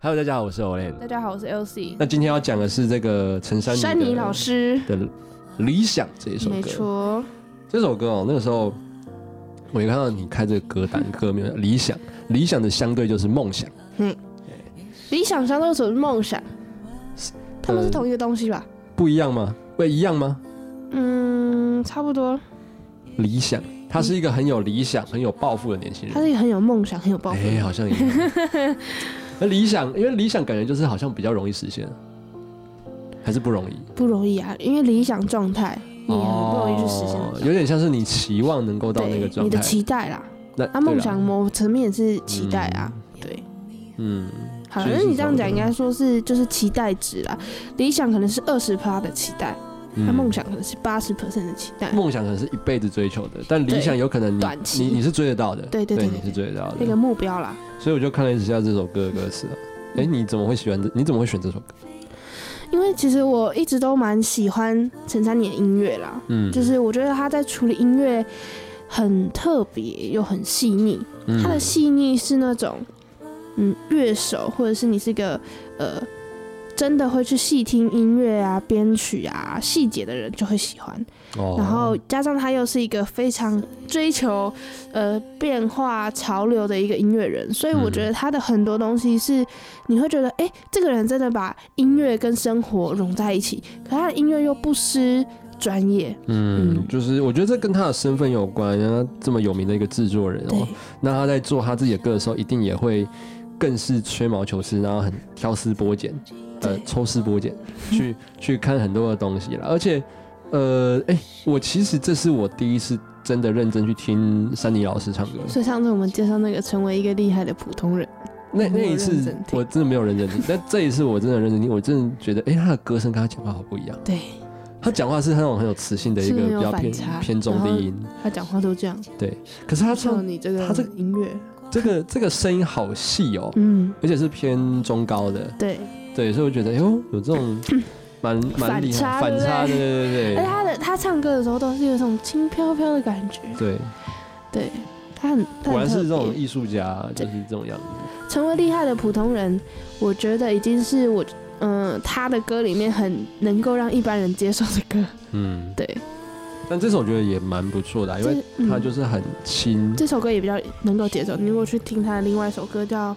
Hello， 大家好，我是 Olen。 大家好，我是 LC。 那今天要讲的是这个陈珊妮老师的《理想》这一首歌。 没错， 这首歌哦，那个时候我也看到你开这个歌单，歌名《理想》，理想的相对就是梦想。 理想相对就是梦想，他们是同一个东西吧？ 不一样吗？会一样吗？ 差不多。 理想，他是一个很有理想、很有抱负的年轻人。 他是一个很有梦想、很有抱负。 好像一样。那理想，因为理想感觉就是好像比较容易实现，还是不容易？ 不容易啊，因为理想状态你很不容易去实现。 有点像是你期望能够到那个状态， 你的期待啦。那梦想某层面也是期待啊，对。好，那你这样讲应该说是就是期待值啦。理想可能是20%的期待。那梦想可能是80% 的期待， 梦想可能是一辈子追求的，但理想有可能你是追得到的，对，你是追得到的那个目标啦。 所以我就看了一下这首歌的歌词你怎么会选这首歌？ 因为其实我一直都蛮喜欢陈珊妮的音乐啦，就是我觉得他在处理音乐很特别又很细腻，他的细腻是那种乐手或者是你是一个真的会去细听音乐啊、编曲啊、细节的人就会喜欢。然后加上他又是一个非常追求变化潮流的一个音乐人，所以我觉得他的很多东西是你会觉得，这个人真的把音乐跟生活融在一起，可他的音乐又不失专业。 就是我觉得这跟他的身份有关，他这么有名的一个制作人那他在做他自己的歌的时候，一定也会更是吹毛求疵，然后很挑丝剥茧。抽丝剥茧去看很多的东西啦，而且我其实这是我第一次真的认真去听珊妮老师唱歌。 所以上次我们介绍那个成为一个厉害的普通人， 那一次我真的没有认真听，但这一次我真的认真听，我真的觉得他的歌声跟他讲话好不一样。 对， 他讲话是那种很有磁性的一个比较偏中低音， 他讲话都这样。 对，可是他唱你这个音乐，这个声音好细哦，而且是偏中高的。对，所以我觉得，有这种蛮厉害反差的，对。 而且他唱歌的时候都是有一种轻飘飘的感觉。对，他果然是这种艺术家，就是这种样子。 成为厉害的普通人，我觉得已经是他的歌里面很能够让一般人接受的歌。对。 但这首我觉得也蛮不错的，因为它就是很轻。 这首歌也比较能够接受。你如果去听他的另外一首歌叫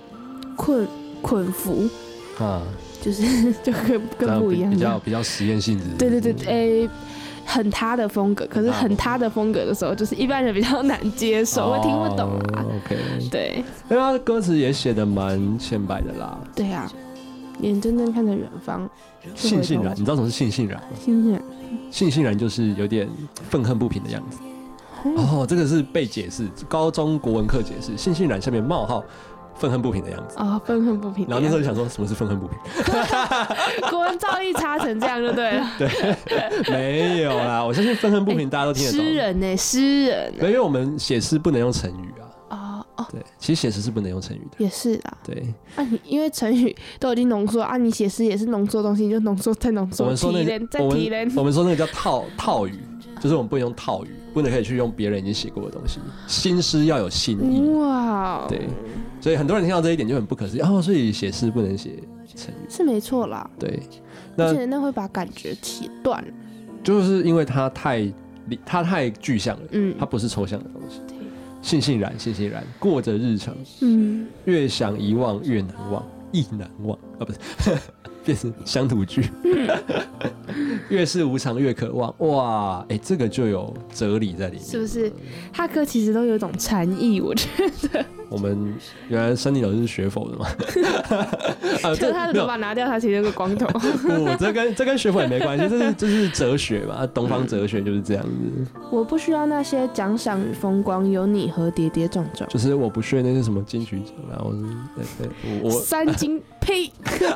《捆服》。就是就更不一样， 比较实验性质。 对，很他的风格，可是很他的风格的时候，就是一般人比较难接受，会听不懂啊。 OK， 对， 因为他的歌词也写得蛮浅白的啦。 对啊，眼睁睁看着远方。 悻悻然，你知道什么是悻悻然吗？悻悻然就是有点愤恨不平的样子。这个是被解释，高中国文课解释，悻悻然下面冒号。愤恨不平的样子愤恨不平。 然后那时候就想说，什么是愤恨不平？ 国文造诣差成这样就对了。 对，没有啦，我相信愤恨不平大家都听得懂。 诗人。 因为我们写诗不能用成语啊。对，其实写诗是不能用成语的。 也是啦。 对。 你因为成语都已经浓缩你写诗也是浓缩东西，你就浓缩再浓缩。 我们说那个叫套语。就是我们不能用套语，不能可以去用别人已经写过的东西。新诗要有新意。哇，对，所以很多人听到这一点就很不可思议所以写诗不能写成语， 是没错啦。 对， 而且那会把感觉切断。 就是因为它太具象了，它不是抽象的东西。悻悻然，过着日常，越想遗忘越难忘，亦难忘不是。变成乡土剧，越是无常越渴望。哇，这个就有哲理在里面， 是不是？他歌其实都有一种禅意，我觉得。 我们原来珊妮老师是学佛的嘛？ 就他的头发拿掉，他其实有个光头。 这跟学佛也没关系，这是哲学嘛，东方哲学就是这样子。 我不需要那些奖赏与风光，有你和跌跌撞撞。 就是我不屑那些什么金曲奖啊，我三金呸。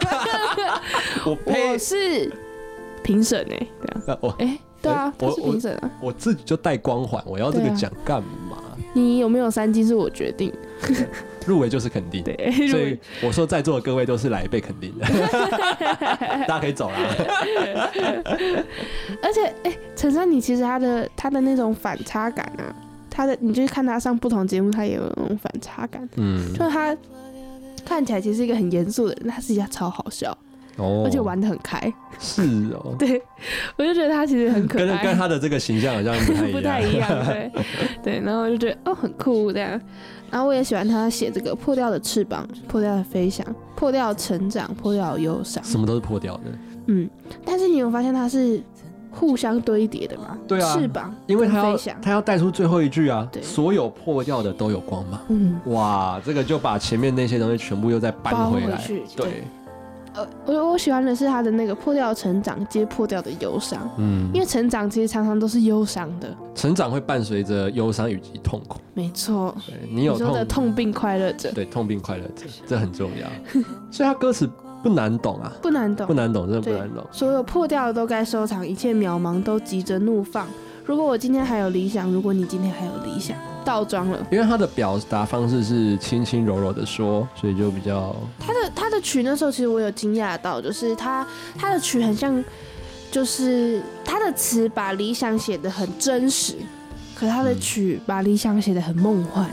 我是评审对啊，他是评审啊。 我自己就带光环，我要这个奖干嘛？ 你有没有3金是我决定， 入围就是肯定。对，所以我说在座的各位都是来被肯定的，大家可以走了。 而且，陈珊妮其实他的那种反差感啊，你就看他上不同节目，他也有那种反差感。就是看起来其实是一个很严肃的人，他私下超好笑，而且玩得很开。 是哦， 对，我就觉得他其实很可爱， 跟他的这个形象好像不太一样， 对，然后我就觉得很酷这样。然后我也喜欢他写这个破掉的翅膀、破掉的飞翔、破掉的成长、破掉的忧伤， 什么都是破掉的。 但是你有发现他是互相堆叠的吗？ 对啊， 翅膀， 因为他要带出最后一句啊，所有破掉的都有光芒。哇，这个就把前面那些东西全部又再搬回来。对。 我喜欢的是他的那个破掉的成长接破掉的忧伤，因为成长其实常常都是忧伤的， 成长会伴随着忧伤以及痛苦， 没错， 你有说的痛并快乐着， 对，痛并快乐着，这很重要。所以他歌词不难懂啊， 不难懂， 真的不难懂。 所有破掉的都该收藏，一切渺茫都急着怒放。如果我今天还有理想，如果你今天还有理想，倒装了。因为他的表达方式是轻轻柔柔的说，所以就比较他的曲那时候其实我有惊讶到，就是他的曲很像，就是他的词把理想写得很真实，可他的曲把理想写得很梦幻。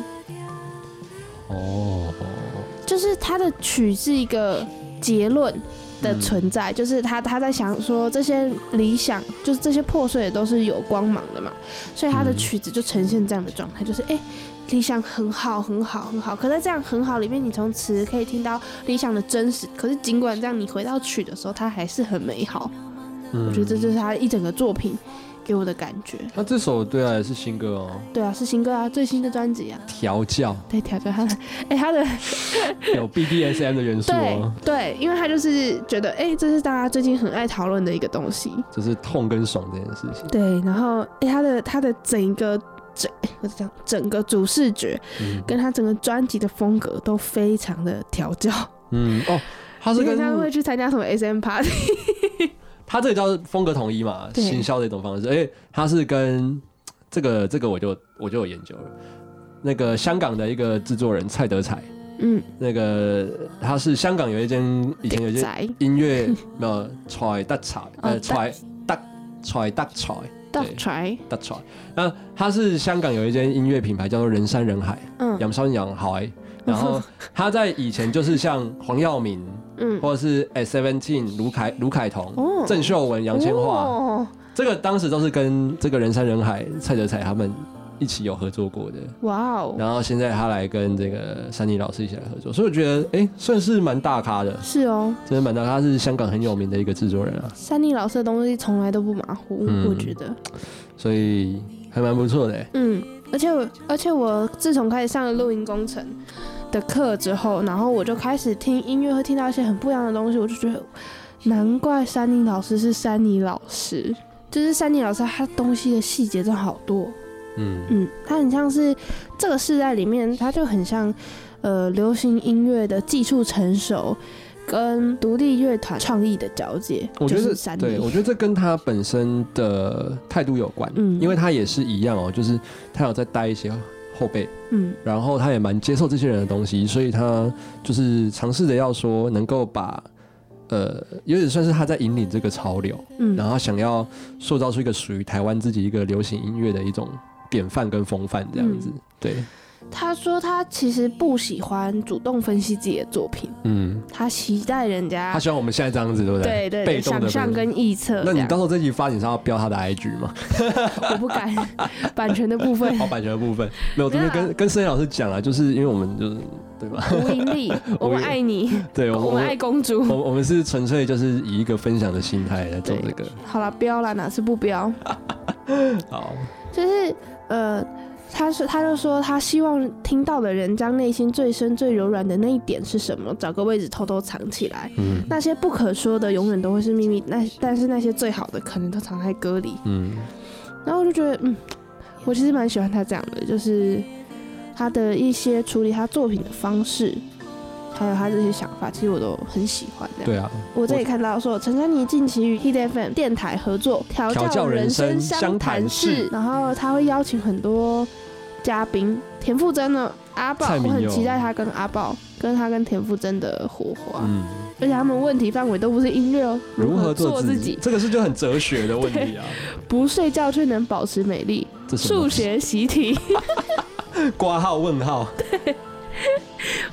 就是他的曲是一个结论的存在，就是他在想说这些理想，就是这些破碎的都是有光芒的嘛，所以他的曲子就呈现这样的状态，就是理想很好很好很好，可在这样很好里面，你从词可以听到理想的真实，可是尽管这样，你回到曲的时候，它还是很美好。我觉得这就是他一整个作品给我的感觉。 那这首对啊也是新歌哦。 对啊，是新歌啊，最新的专辑啊。 调教。 对，调教他的有 BDSM 的元素哦。 对，因为他就是觉得这是大家最近很爱讨论的一个东西， 就是痛跟爽这件事情。 对，然后他的整个主视觉，跟他整个专辑的风格都非常的调教。 他是跟他会去参加什么 SM party。 他这个叫风格统一嘛，行销的一种方式。他是跟这个我就有研究了。那个香港的一个制作人蔡德才，那个他是香港以前有一些音乐没有蔡德才，蔡德才，那他是香港有一间音乐品牌叫做人山人海，洋山洋海。然后他在以前就是像黄耀明，或者是17卢凯彤、郑秀文、杨千嬅，这个当时都是跟这个人山人海蔡德才他们一起有合作过的。哇哦！然后现在他来跟这个珊妮老师一起来合作，所以我觉得算是蛮大咖的。 是哦， 真的蛮大咖，他是香港很有名的一个制作人啊。 珊妮老师的东西从来都不马虎，我觉得， 所以还蛮不错的。 而且我自从开始上了录音工程的课之后，然后我就开始听音乐，会听到一些很不一样的东西，我就觉得难怪珊妮老师是珊妮老师，就是珊妮老师他东西的细节真的好多。他很像是这个世代里面，他就很像流行音乐的技术成熟跟独立乐团创意的交界。我觉得对，我觉得这跟他本身的态度有关，因为他也是一样哦，就是他有在带一些后辈，然后他也蛮接受这些人的东西，所以他就是尝试着要说能够把有点算是他在引领这个潮流，然后想要塑造出一个属于台湾自己一个流行音乐的一种典范跟风范这样子。对， 他说他其实不喜欢主动分析自己的作品，他期待人家， 他希望我们现在这样子，对不对？ 对， 被动的想象跟臆测。 那你到时候这集发，你是要标他的 IG 吗？ 我不敢，版权的部分。 版权的部分没有，这边跟森老师讲啊，就是因为我们就是对吧？ 无盈利，我们爱你， 对， 我们爱公主， 我们是纯粹就是以一个分享的心态来做这个。 好了，标了哪次不标？ 好， 就是他就说他希望听到的人将内心最深最柔软的那一点是什么，找个位置偷偷藏起来。那些不可说的永远都会是秘密，但是那些最好的可能都藏在歌里。然后我就觉得我其实蛮喜欢他这样的，就是他的一些处理他作品的方式，还有他这些想法，其实我都很喜欢。 对啊， 我这里看到说陈珊妮近期与 Hit FM 电台合作调教人生相谈室，然后他会邀请很多嘉宾，田馥甄呢，阿爆，我很期待他跟阿爆跟田馥甄的火花。而且他们问题范围都不是音乐哦，如何做自己， 这个是就很哲学的问题啊。 不睡觉却能保持美丽，数学习题， 括号问号。 对，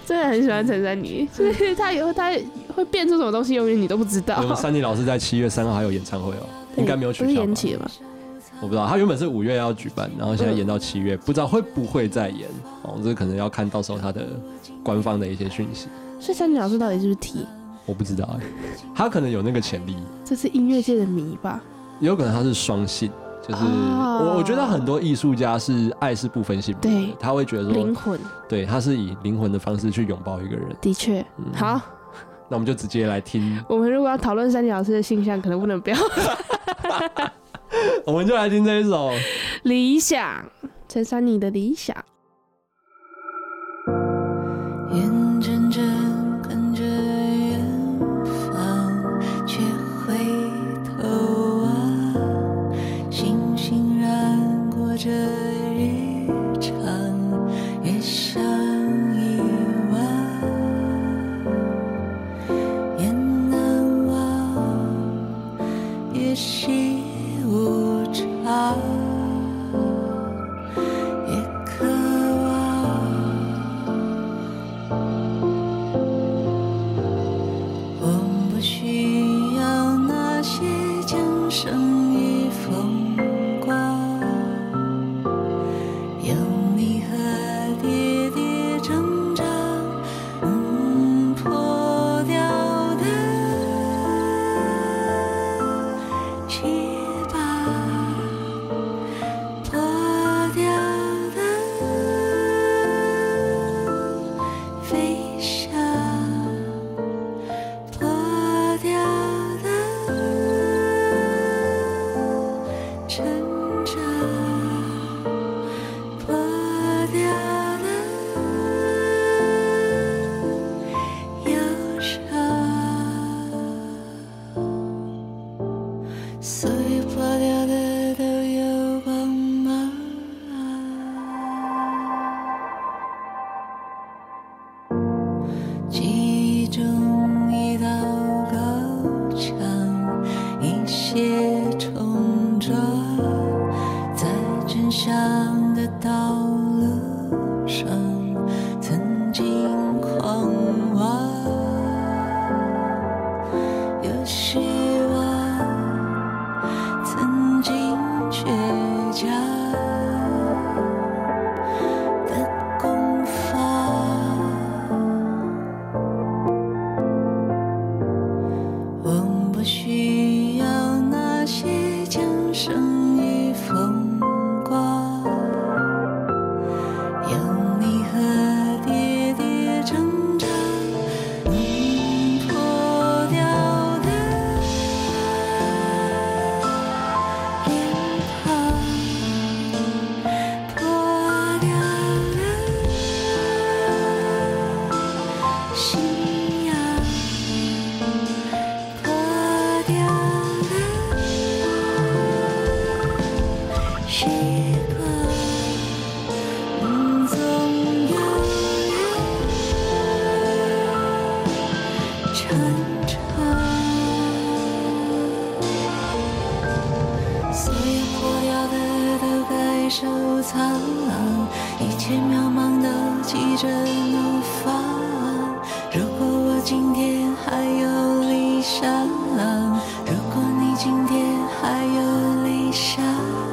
真的很喜欢陈珊妮，所以他会变出什么东西，永远你都不知道。 珊妮老师在7月3号还有演唱会哦，应该没有取消吧？ 不是延期了吗？ 我不知道，他原本是5月要举办，然后现在延到7月，不知道会不会再延哦，这可能要看到时候他的官方的一些讯息。 所以珊妮老师到底是不是 T？ 我不知道他可能有那个潜力。 这是音乐界的谜吧？ 也有可能他是双性。就是我觉得很多艺术家是爱是不分性别的，他会觉得说灵魂， 对，他是以灵魂的方式去拥抱一个人。 的确，好， 那我们就直接来听。 我们如果要讨论珊妮老师的性向，可能不能不要。 我们就来听这一首《 理想》，陈珊妮的理想。 眼睁睁看着远方，却回头望，星星染过这日常，也像遗忘，也难忘，也习无常。 一切渺茫都记着怒放。如果我今天还有理想，如果你今天还有理想。